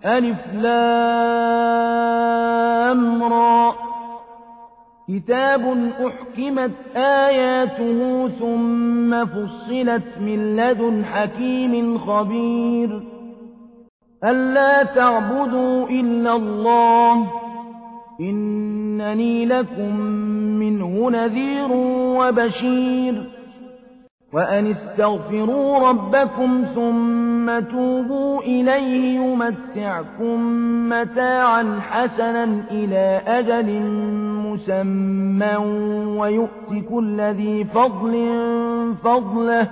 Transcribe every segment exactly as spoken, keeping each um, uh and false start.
ألف لام را كتاب أحكمت آياته ثم فصلت من لدن حكيم خبير ألا تعبدوا إلا الله إنني لكم منه نذير وبشير وأن استغفروا ربكم ثم توبوا إليه يمتعكم متاعا حسنا إلى أجل مسمى ويؤت كل ذي فضل فضله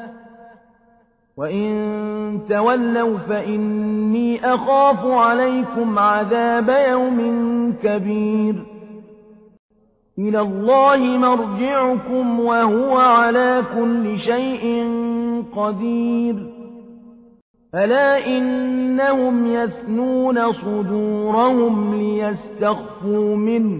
وإن تولوا فإني أخاف عليكم عذاب يوم كبير إلى الله مرجعكم وهو على كل شيء قدير ألا إنهم يثنون صدورهم ليستخفوا منه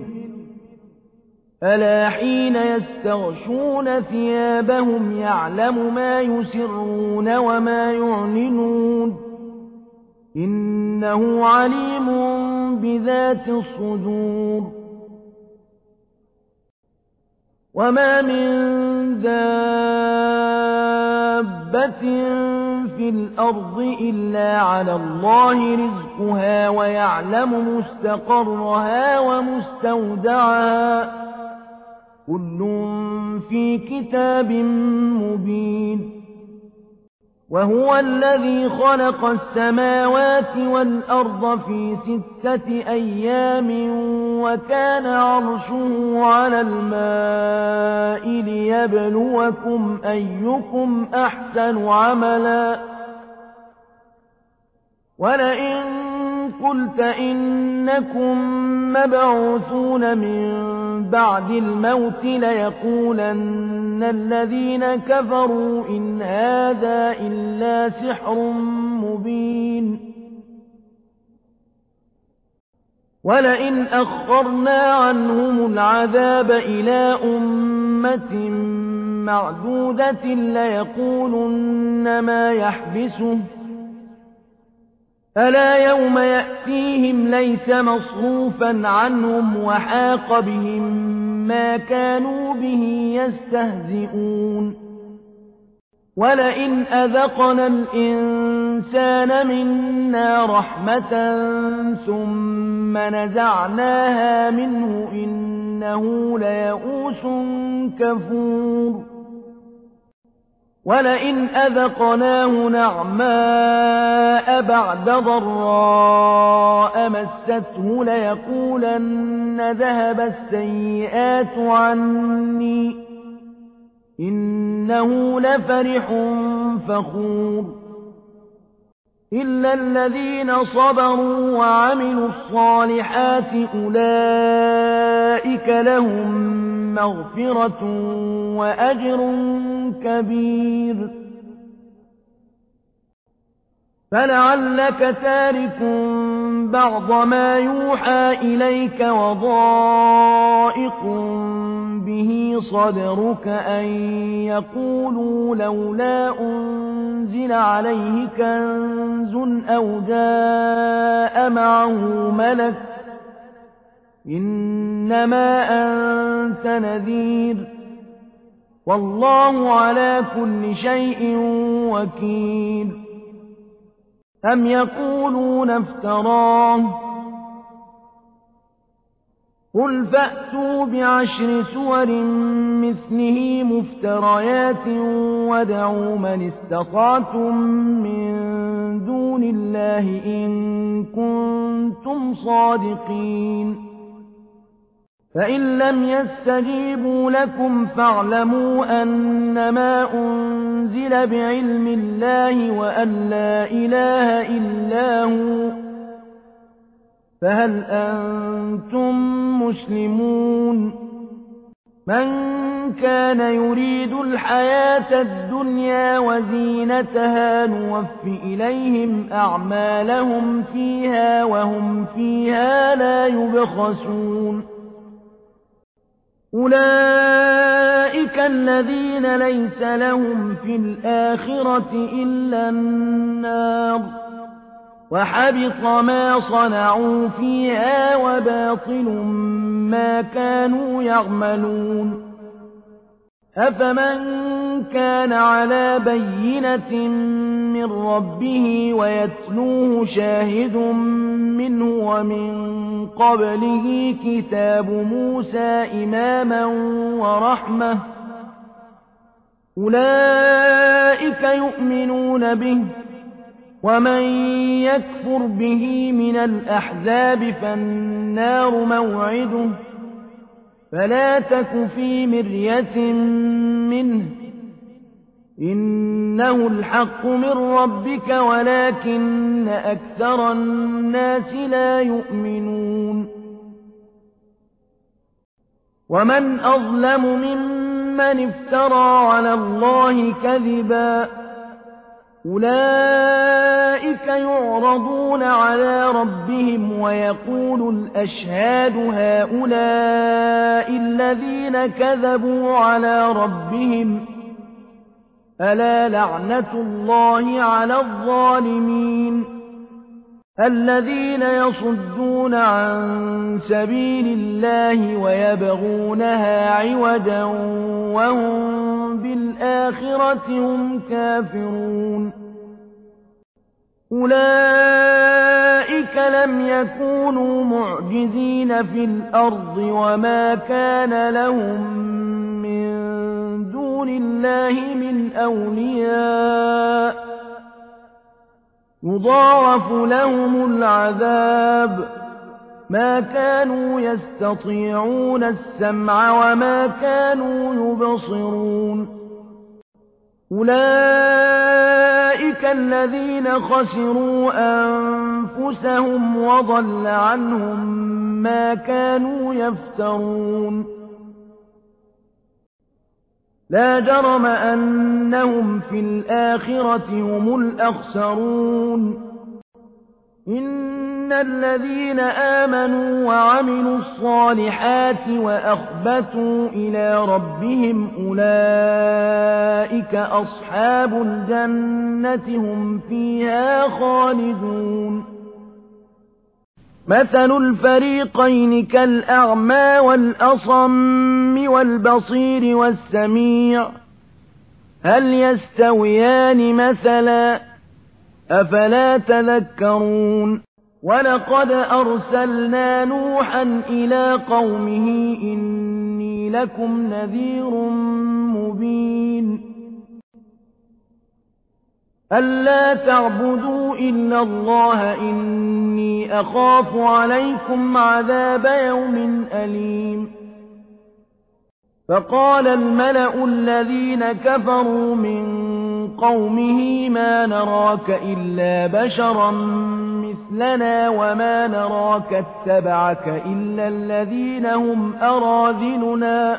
ألا حين يستغشون ثيابهم يعلم ما يسرون وما يعلنون إنه عليم بذات الصدور وما من دابة في الأرض إلا على الله رزقها ويعلم مستقرها ومستودعها كل في كتاب مبين وهو الذي خلق السماوات والأرض في ستة أيام وكان عرشه على الماء ليبلوكم أيكم أحسن عملا ولئن قلت إنكم مبعوثون من بعد الموت ليقولن الذين كفروا إن هذا إلا سحر مبين ولئن أخرنا عنهم العذاب إلى أمة معدودة ليقولن ما يحبسه ألا يوم يأتيهم ليس مصروفا عنهم وحاق بهم ما كانوا به يستهزئون ولئن أذقنا الإنسان منا رحمة ثم نزعناها منه إنه ليئوس كفور ولئن أذقناه نعماء بعد ضراء مسته ليقولن ذهب السيئات عني إنه لفرح فخور إلا الذين صبروا وعملوا الصالحات أولئك لهم مغفرة وأجر كبير فلعلك تارك بعض ما يوحى إليك وضائق به صدرك أن يقولوا لولا أنزل عليه كنز أو جاء معه ملك إنما أنت نذير والله على كل شيء وكيل أم يقولون افتراه قل فأتوا بعشر سور مثله مفتريات وادعوا من استطعتم من دون الله إن كنتم صادقين فإن لم يستجيبوا لكم فاعلموا أنما أنزل بعلم الله وأن لا إله إلا هو فهل أنتم مسلمون من كان يريد الحياة الدنيا وزينتها نوف إليهم أعمالهم فيها وهم فيها لا يبخسون أولئك الذين ليس لهم في الآخرة إلا النار وحبط ما صنعوا فيها وباطل ما كانوا يعملون أفمن كان على بينة من ربه ويتلوه شاهد منه ومن قبله كتاب موسى إماما ورحمة أولئك يؤمنون به ومن يكفر به من الأحزاب فالنار موعده فلا تك في مرية منه إنه الحق من ربك ولكن أكثر الناس لا يؤمنون ومن أظلم ممن افترى على الله كذبا أولئك يعرضون على ربهم ويقول الأشهاد هؤلاء الذين كذبوا على ربهم ألا لعنة الله على الظالمين الذين يصدون عن سبيل الله ويبغونها عوجا وهم بالآخرة هم كافرون أولئك لم يكونوا معجزين في الأرض وما كان لهم من دون الله من أولياء يضاعف لهم العذاب ما كانوا يستطيعون السمع وما كانوا يبصرون أولئك الذين خسروا أنفسهم وضل عنهم ما كانوا يفترون لا جرم أنهم في الآخرة هم الأخسرون إن الذين آمنوا وعملوا الصالحات وأخبتوا إلى ربهم أولئك أصحاب الجنة هم فيها خالدون مثل الفريقين كالأعمى والأصم والبصير والسميع هل يستويان مثلا أفلا تذكرون ولقد أرسلنا نوحا إلى قومه إني لكم نذير مبين ألا تعبدوا إلا الله إني أخاف عليكم عذاب يوم أليم فقال الملأ الذين كفروا من قومه ما نراك إلا بشرا مثلنا وما نراك اتبعك إلا الذين هم أراذلنا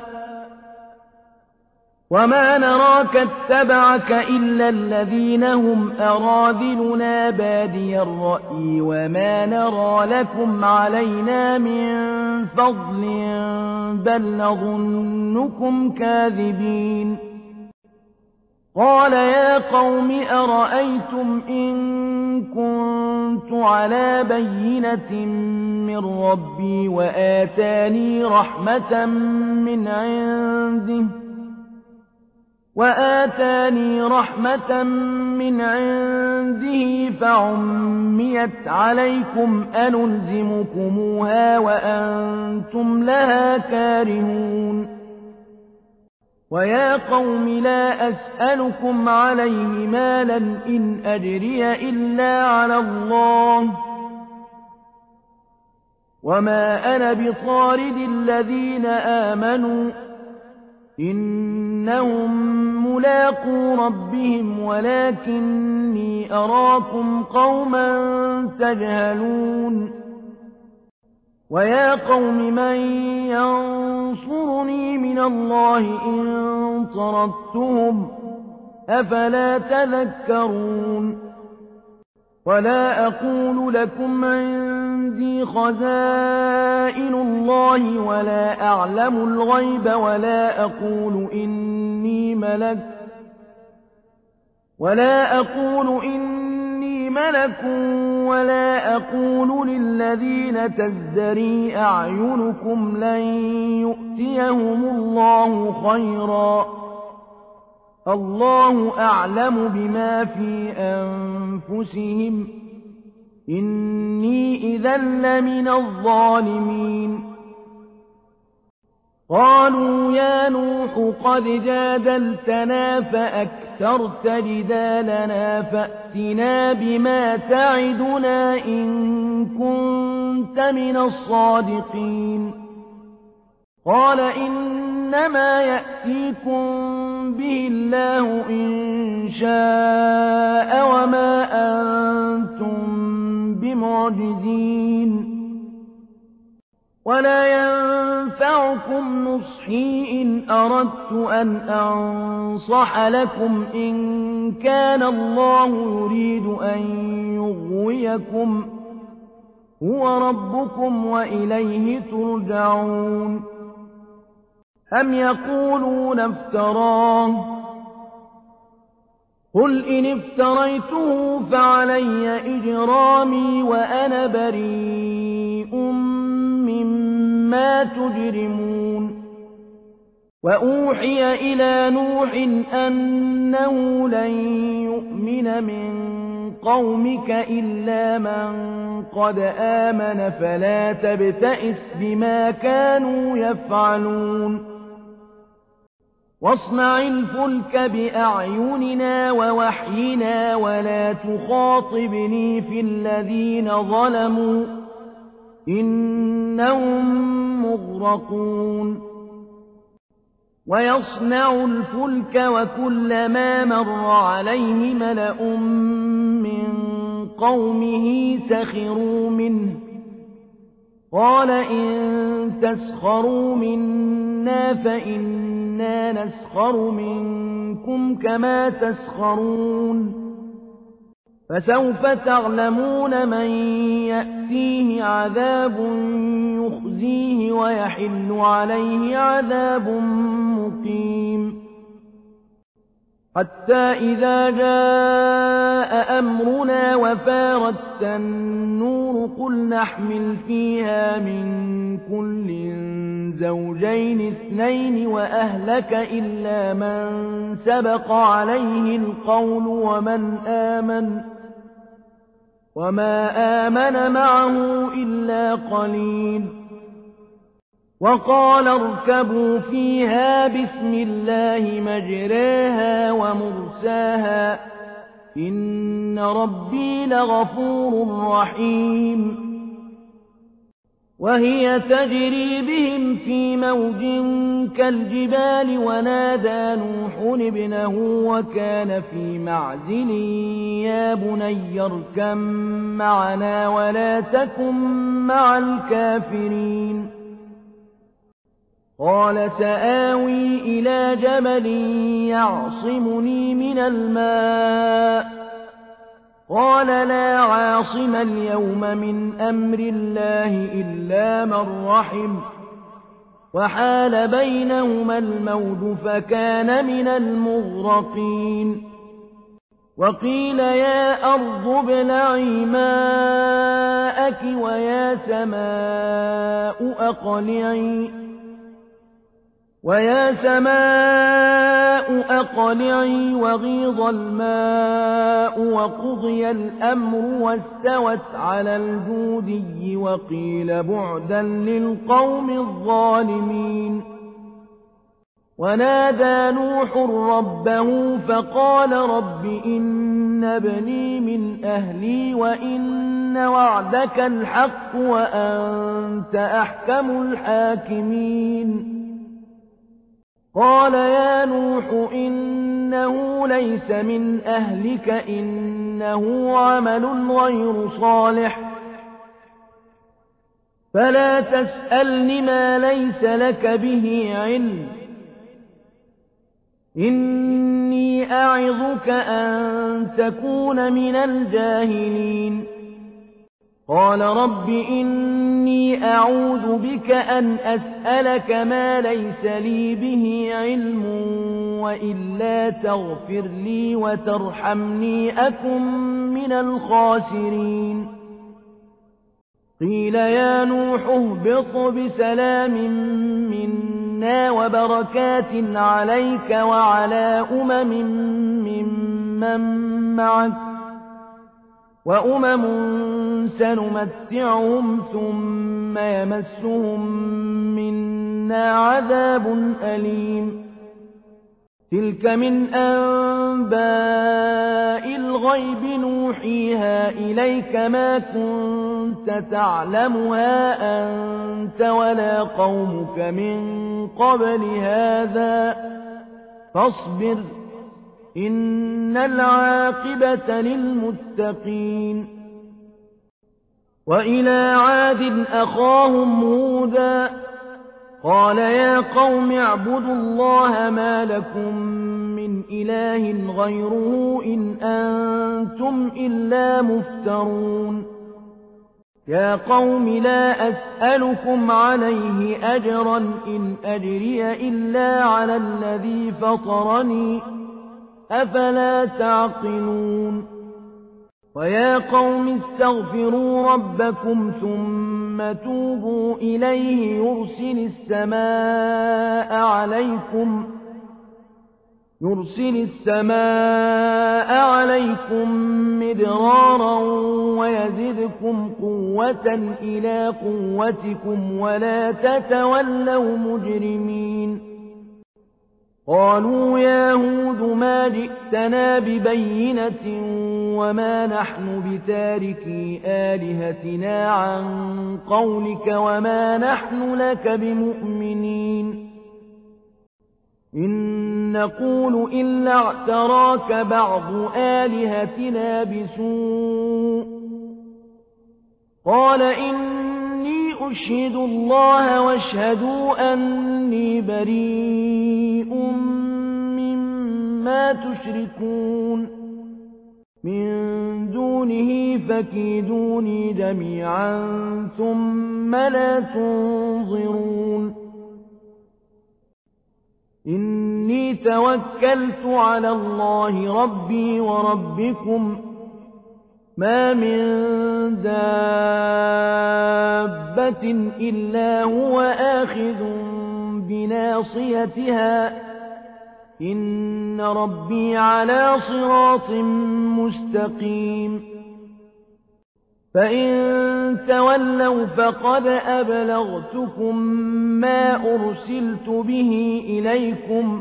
وما نراك اتبعك إلا الذين هم أراذلنا بادي الرأي وما نرى لكم علينا من فضل بل نظنكم كاذبين قال يا قوم أرأيتم إن كنت على بينة من ربي وآتاني رحمة من عنده وآتاني رحمة من عنده فعميت عليكم أنلزمكموها وأنتم لها كارهون ويا قوم لا أسألكم عليه مالا إن أجري إلا على الله وما أنا بطارد الذين آمنوا إنهم ملاقو ربهم ولكني أراكم قوما تجهلون ويا قوم من ينصرني من الله إن طردتهم أفلا تذكرون ولا أقول لكم عندي خزائن الله ولا أعلم الغيب ولا أقول إني ملك ولا أقول إني ملك ولا أقول للذين تزدري أعينكم لن يؤتيهم الله خيرا الله أعلم بما في أنفسهم إني إذا لمن الظالمين قالوا يا نوح قد جادلتنا فأكثرت جدالنا فأتنا بما تعدنا إن كنت من الصادقين قال إنما يأتيكم به الله إن شاء وما أنتم بمعجزين ولا ينفعكم نصحي إن أردت أن أنصح لكم إن كان الله يريد أن يغويكم هو ربكم وإليه ترجعون أم يقولون افتراه قل إن افتريته فعلي إجرامي وأنا بريء مما تجرمون وأوحي إلى نوح أنه لن يؤمن من قومك إلا من قد آمن فلا تبتئس بما كانوا يفعلون واصنع الفلك بأعيننا ووحينا ولا تخاطبني في الذين ظلموا إنهم مغرقون ويصنع الفلك وكلما مر عليه ملأ من قومه سخروا منه قال إن تسخروا منا فإنا نسخر منكم كما تسخرون فسوف تعلمون من يأتيه عذاب يخزيه ويحل عليه عذاب مقيم حتى إذا جاء أمرنا وفارت النور قل نحمل فيها من كل زوجين اثنين وأهلك إلا من سبق عليه القول ومن آمن وما آمن معه إلا قليل وقال اركبوا فيها بسم الله مجراها ومرساها إن ربي لغفور رحيم وهي تجري بهم في موج كالجبال ونادى نوح ابنه وكان في معزل يا بني اركب معنا ولا تكن مع الكافرين قال سآوي إلى جبل يعصمني من الماء قال لا عاصم اليوم من أمر الله إلا من رحم وحال بينهما الموج فكان من المغرقين وقيل يا أرض ابلعي ماءك ويا سماء أقلعي ويا سماء أقلعي وغيض الماء وقضي الأمر واستوت على الجودي وقيل بعدا للقوم الظالمين ونادى نوح ربه فقال رب إن ابني من أهلي وإن وعدك الحق وأنت أحكم الحاكمين قال يا نوح إنه ليس من أهلك إنه عمل غير صالح فلا تسألني ما ليس لك به علم إني أعظك أن تكون من الجاهلين قال رب إني أعوذ بك أن أسألك ما ليس لي به علم وإلا تغفر لي وترحمني أكن من الخاسرين قيل يا نوح اهبط بسلام منا وبركات عليك وعلى أمم ممن معك وأمم سنمتعهم ثم يمسهم منا عذاب أليم تلك من أنباء الغيب نوحيها إليك ما كنت تعلمها أنت ولا قومك من قبل هذا فاصبر إن العاقبة للمتقين وإلى عاد أخاهم هودا قال يا قوم اعبدوا الله ما لكم من إله غيره إن أنتم إلا مفترون يا قوم لا أسألكم عليه أجرا إن أجري إلا على الذي فطرني أفلا تعقلون ويا قوم استغفروا ربكم ثم توبوا إليه يرسل السماء عليكم يرسل السماء عليكم مدرارا ويزدكم قوة إلى قوتكم ولا تتولوا مجرمين قالوا يا هود ما جئتنا ببينة وما نحن بتاركي آلهتنا عن قولك وما نحن لك بمؤمنين إن نقول إلا اعتراك بعض آلهتنا بسوء قال إني أشهد الله واشهدوا أني بريء مما تشركون من دونه فكيدوني جميعا ثم لا تنظرون إني توكلت على الله ربي وربكم ما من دابة إلا هو آخذ بناصيتها إن ربي على صراط مستقيم فإن تولوا فقد أبلغتكم ما أرسلت به إليكم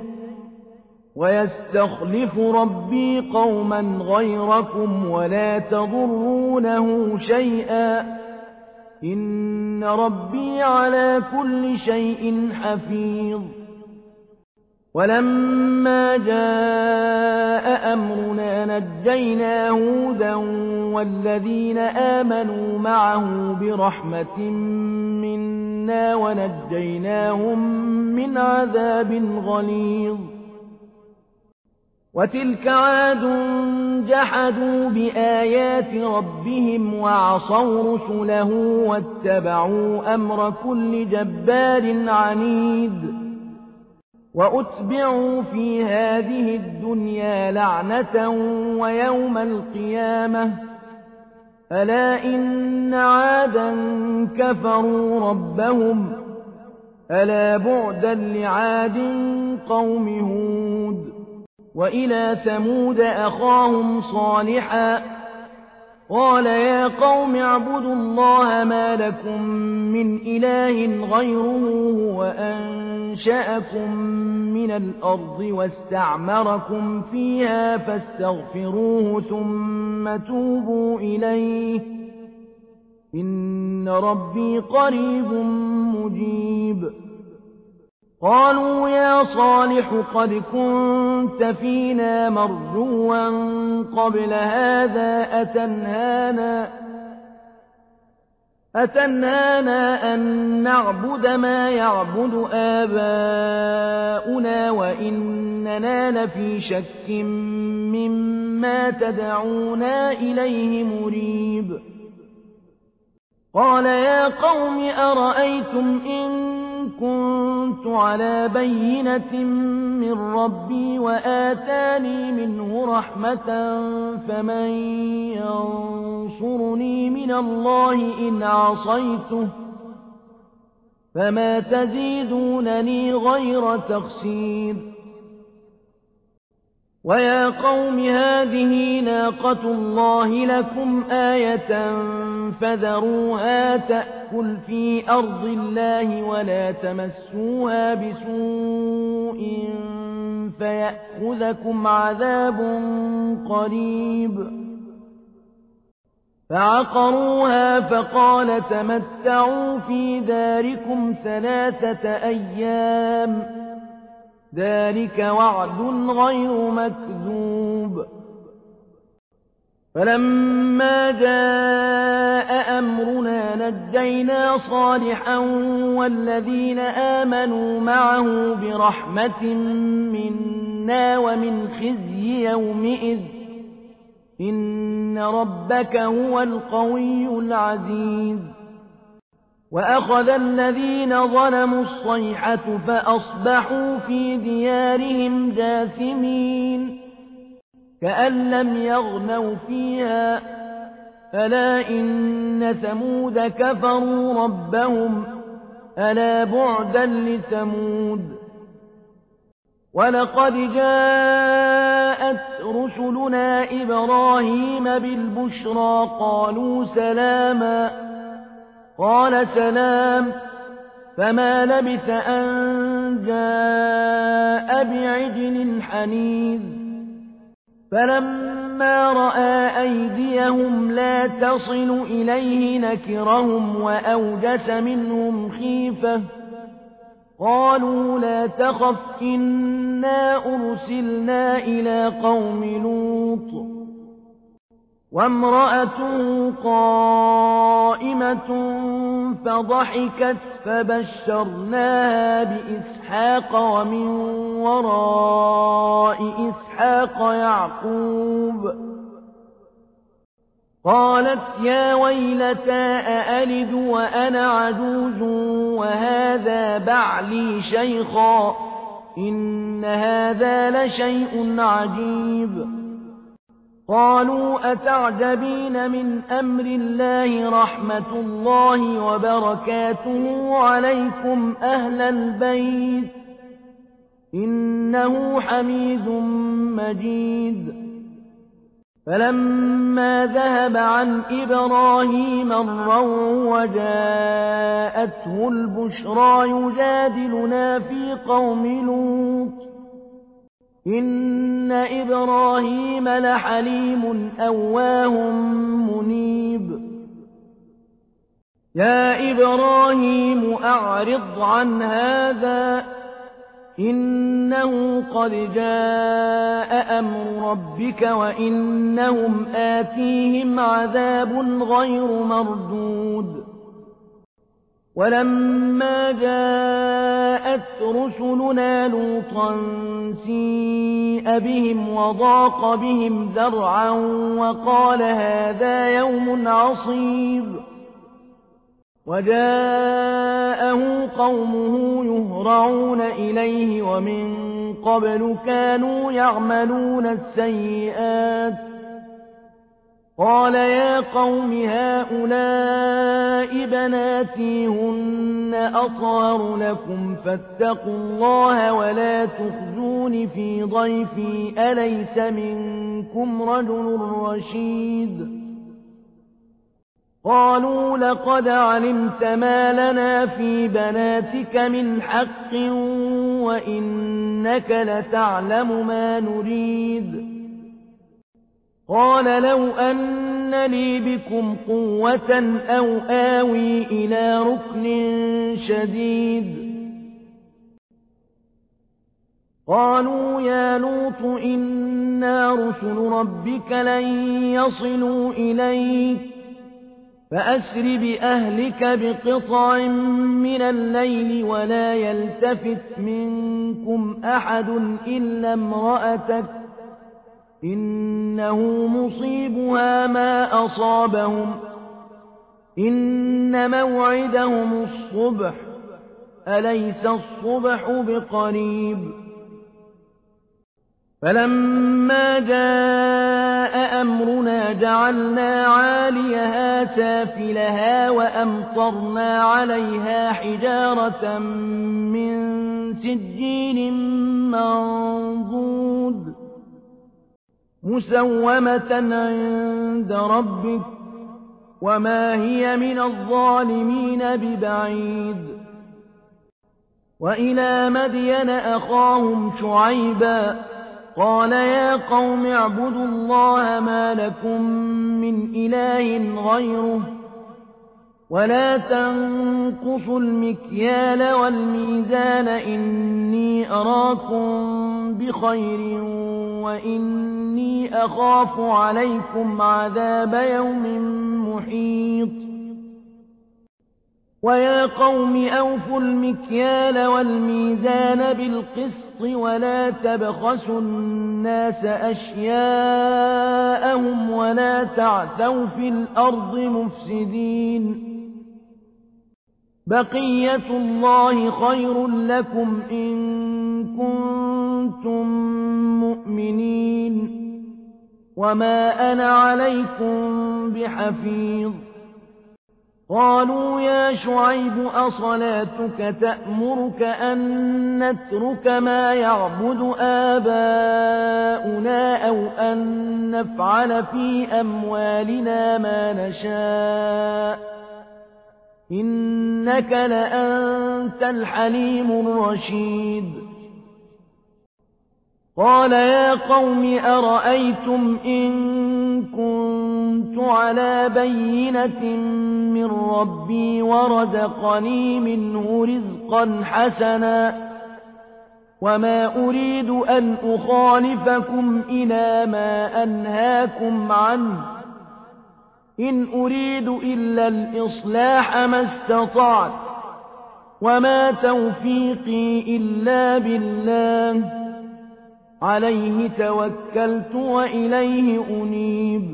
ويستخلف ربي قوما غيركم ولا تضرونه شيئا إن ربي على كل شيء حفيظ ولما جاء أمرنا نجينا هودا والذين آمنوا معه برحمة منا ونجيناهم من عذاب غليظ وتلك عاد جحدوا بآيات ربهم وعصوا رسله واتبعوا أمر كل جبار عنيد وأتبعوا في هذه الدنيا لعنة ويوم القيامة ألا إن عادا كفروا ربهم ألا بعدا لعاد قوم هود وإلى ثمود أخاهم صالحا قال يا قوم اعبدوا الله ما لكم من إله غيره وأنشأكم من الأرض واستعمركم فيها فاستغفروه ثم توبوا إليه إن ربي قريب مجيب قالوا يا صالح قد كنت فينا مرجوا قبل هذا أتنهانا أتنهانا أن نعبد ما يعبد آباؤنا وإننا لفي شك مما تدعونا إليه مريب قال يا قوم أرأيتم إن كنت على بينة من ربي وآتاني منه رحمة فمن ينصرني من الله إن عصيته فما تزيدونني غير تخسير ويا قوم هذه ناقة الله لكم آية فذروها تأكل في أرض الله ولا تمسوها بسوء فيأخذكم عذاب قريب فعقروها فقال تمتعوا في داركم ثلاثة أيام ذلك وعد غير مكذوب فلما جاء أمرنا نجينا صالحا والذين آمنوا معه برحمة منا ومن خزي يومئذ إن ربك هو القوي العزيز وأخذ الذين ظلموا الصيحة فأصبحوا في ديارهم جاثمين كأن لم يغنوا فيها ألا إن ثمود كفروا ربهم ألا بعدا لثمود ولقد جاءت رسلنا إبراهيم بالبشرى قالوا سلاما قال سلام فما لبث أن جاء بعجل حنيذ فلما رأى أيديهم لا تصل إليه نكرهم وأوجس منهم خيفة قالوا لا تخف إنا أرسلنا إلى قوم لوط وامرأته قائمة فضحكت فبشرناها بإسحاق ومن وراء إسحاق يعقوب قالت يا ويلتى أألد وأنا عجوز وهذا بعلي شيخا إن هذا لشيء عجيب قالوا أتعجبين من أمر الله رحمة الله وبركاته عليكم أهل البيت إنه حميد مجيد فلما ذهب عن إبراهيم الروع وجاءته البشرى يجادلنا في قوم لوط إن إبراهيم لحليم أواه منيب يا إبراهيم أعرض عن هذا إنه قد جاء أمر ربك وإنهم آتيهم عذاب غير مردود ولما جاءت رسلنا لوطا سيء بهم وضاق بهم ذرعا وقال هذا يوم عصيب وجاءه قومه يهرعون إليه ومن قبل كانوا يعملون السيئات قال يا قوم هؤلاء بناتي هن أطهر لكم فاتقوا الله ولا تخزون في ضيفي أليس منكم رجل رشيد قالوا لقد علمت ما لنا في بناتك من حق وإنك لتعلم ما نريد قال لو أن لي بكم قوة أو آوي إلى ركن شديد قالوا يا لوط إنا رسل ربك لن يصلوا إليك فأسر بأهلك بقطع من الليل ولا يلتفت منكم أحد إلا امرأتك إنه مصيبها ما أصابهم إن إن موعدهم الصبح أليس الصبح بقريب فلما جاء أمرنا جعلنا عاليها سافلها وأمطرنا عليها حجارة من سجيل منضود مسومة عند ربك وما هي من الظالمين ببعيد وإلى مدين أخاهم شعيبا قال يا قوم اعبدوا الله ما لكم من إله غيره ولا تنقصوا المكيال والميزان إني أراكم بخير وإني أخاف عليكم عذاب يوم محيط ويا قوم أوفوا المكيال والميزان بالقسط ولا تبخسوا الناس أشياءهم ولا تعثوا في الأرض مفسدين بقية الله خير لكم إن كنتم مؤمنين وما أنا عليكم بحفيظ قالوا يا شعيب أصلاتك تأمرك أن نترك ما يعبد آباؤنا أو أن نفعل في أموالنا ما نشاء إنك لأنت الحليم الرشيد قال يا قوم أرأيتم إن كنت على بينة من ربي ورزقني منه رزقا حسنا وما أريد أن أخالفكم إلى ما أنهاكم عنه إن أريد إلا الإصلاح ما استطعت وما توفيقي إلا بالله عليه توكلت وإليه أنيب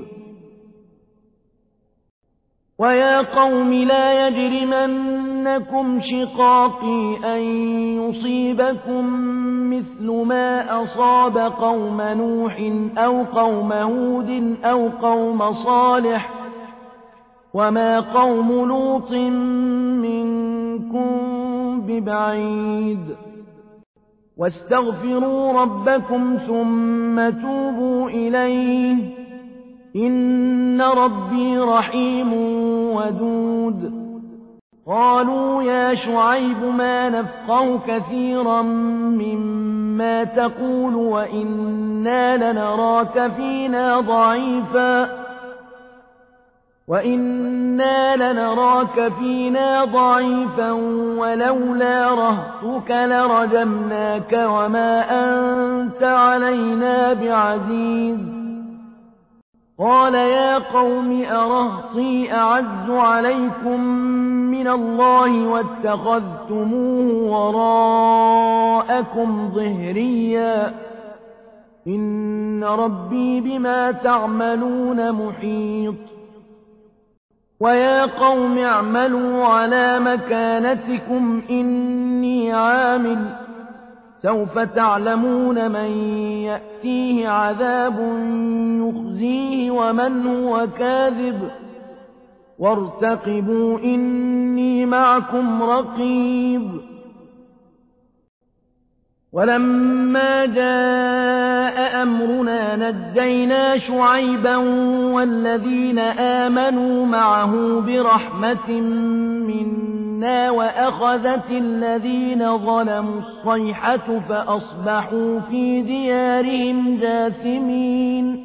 ويا قوم لا يجرمنكم شقاقي أن يصيبكم مثل ما أصاب قوم نوح أو قوم هود أو قوم صالح وما قوم لوط منكم ببعيد واستغفروا ربكم ثم توبوا إليه إن ربي رحيم ودود قالوا يا شعيب ما نفقه كثيرا مما تقول وإنا لنراك فينا ضعيفا وإنا لنراك فينا ضعيفا ولولا رهطك لرجمناك وما أنت علينا بعزيز قال يا قوم أرهطي أعز عليكم من الله واتخذتموه وراءكم ظهريا إن ربي بما تعملون محيط ويا قوم اعملوا على مكانتكم إني عامل سوف تعلمون من يأتيه عذاب يخزيه ومن هو كاذب وارتقبوا إني معكم رقيب ولما جاء أمرنا نجينا شعيبا والذين آمنوا معه برحمة منا وأخذت الذين ظلموا الصيحة فأصبحوا في ديارهم جاثمين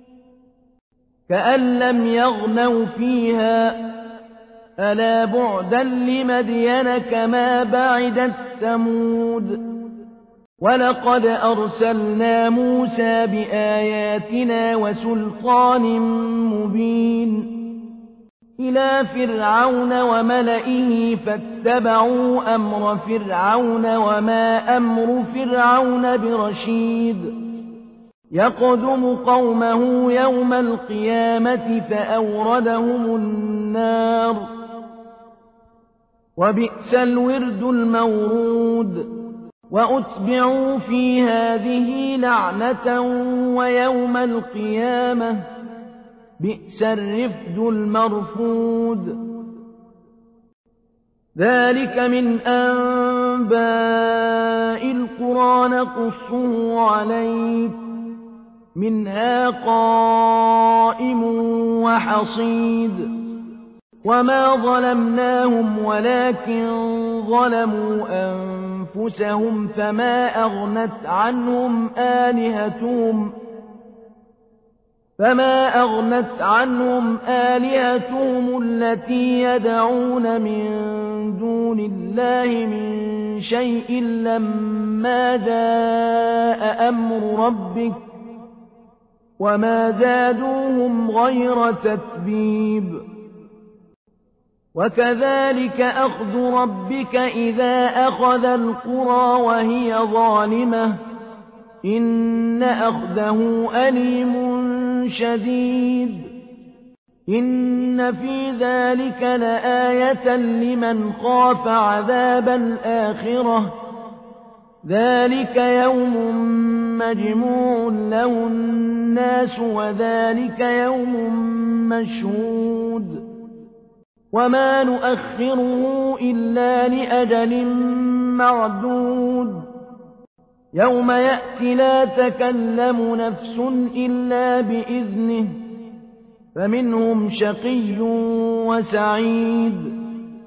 كأن لم يغنوا فيها ألا بعدا لمدين كما بعدت ثمود ولقد أرسلنا موسى بآياتنا وسلطان مبين إلى فرعون وملئه فاتبعوا أمر فرعون وما أمر فرعون برشيد يقدم قومه يوم القيامة فأوردهم النار وبئس الورد المورود وأتبعوا في هذه لعنة ويوم القيامة بئس الرفد المرفود ذلك من أنباء القرى نقصه عليك منها قائم وحصيد وما ظلمناهم ولكن ظلموا أنفسهم فما أغنت عنهم آلهتهم فما أغنت عنهم آلهتهم التي يدعون من دون الله من شيء لما جاء أمر ربك وما زادوهم غير تتبيب وكذلك أخذ ربك إذا أخذ القرى وهي ظالمة إن أخذه أليم شديد إن في ذلك لآية لمن خاف عذاب الآخرة ذلك يوم مجموع له الناس وذلك يوم مشهود وما نؤخره إلا لأجل معدود يوم يأتي لا تكلم نفس إلا بإذنه فمنهم شقي وسعيد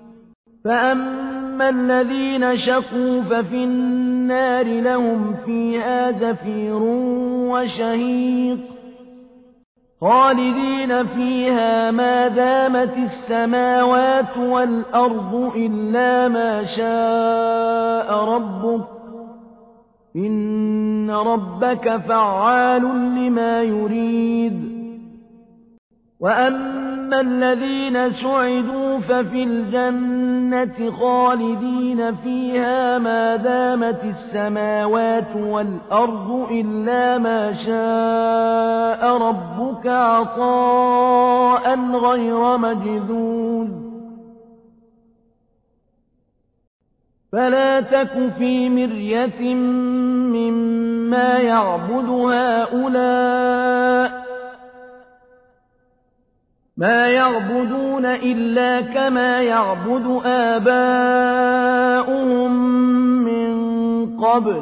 فأما الذين شقوا ففي النار لهم فيها زفير وشهيق خالدين فيها ما دامت السماوات والأرض إلا ما شاء ربك إن ربك فعال لما يريد وأما الذين سعدوا ففي الجنة خالدين فيها ما دامت السماوات والأرض إلا ما شاء ربك عطاء غير مجذوذ فلا تك في مرية مما يعبد هؤلاء ما يعبدون إلا كما يعبد آباؤهم من قبل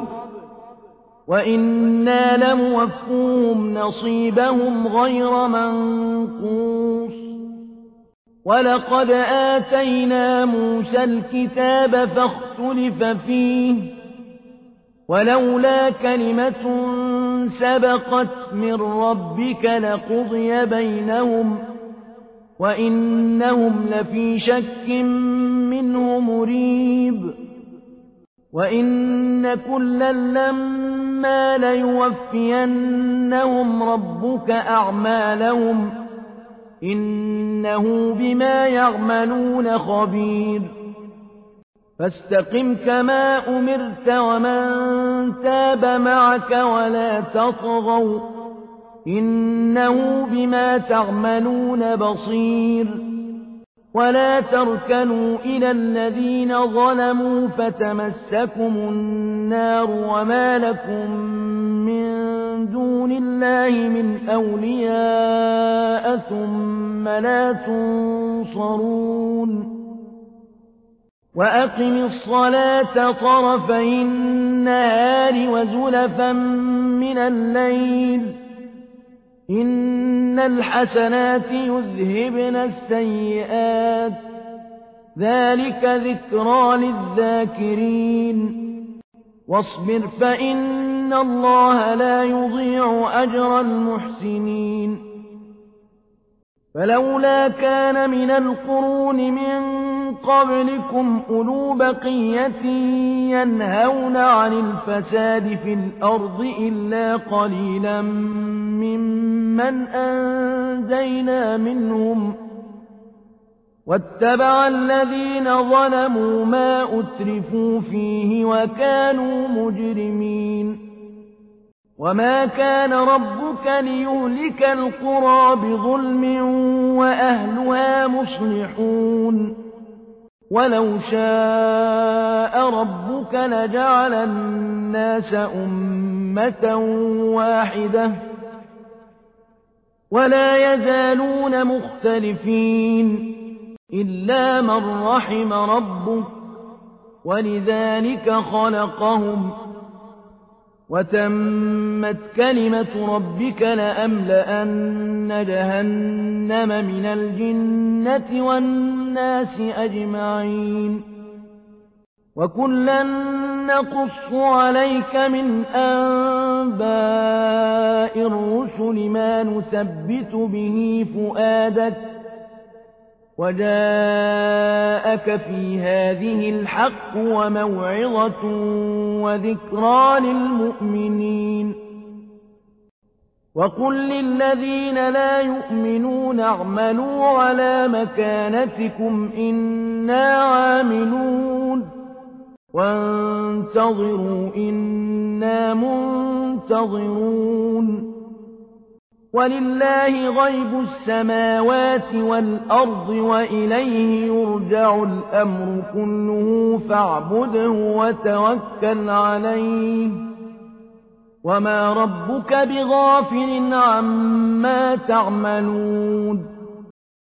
وإنا لموفوهم نصيبهم غير منقوص ولقد آتينا موسى الكتاب فاختلف فيه ولولا كلمة سبقت من ربك لقضي بينهم وإنهم لفي شك منه مريب وإن كلا لما ليوفينهم ربك أعمالهم إنه بما يعملون خبير فاستقم كما أمرت ومن تاب معك ولا تطغوا إنه بما تعملون بصير ولا تركنوا إلى الذين ظلموا فتمسكم النار وما لكم من دون الله من أولياء ثم لا تنصرون وأقم الصلاة طرفي النهار وزلفا من الليل إن الحسنات يذهبن السيئات ذلك ذكرى للذاكرين واصبر فإن الله لا يضيع أجر المحسنين فلولا كان من القرون من قبلكم أولو بقية ينهون عن الفساد في الأرض إلا قليلا ممن أنجينا منهم واتبع الذين ظلموا ما أترفوا فيه وكانوا مجرمين وما كان ربك ليهلك القرى بظلم وأهلها مصلحون ولو شاء ربك لجعل الناس أمة واحدة ولا يزالون مختلفين إلا من رحم ربك ولذلك خلقهم وتمت كلمة ربك لأملأن جهنم من الجنة والناس أجمعين وكلا نقص عليك من أنباء الرسل ما نثبت به فؤادك وجاءك في هذه الحق وموعظة وذكرى للمؤمنين وقل للذين لا يؤمنون اعملوا على مكانتكم إنا عاملون وانتظروا إنا منتظرون ولله غيب السماوات والأرض وإليه يرجع الأمر كله فاعبده وتوكل عليه وما ربك بغافل عما تعملون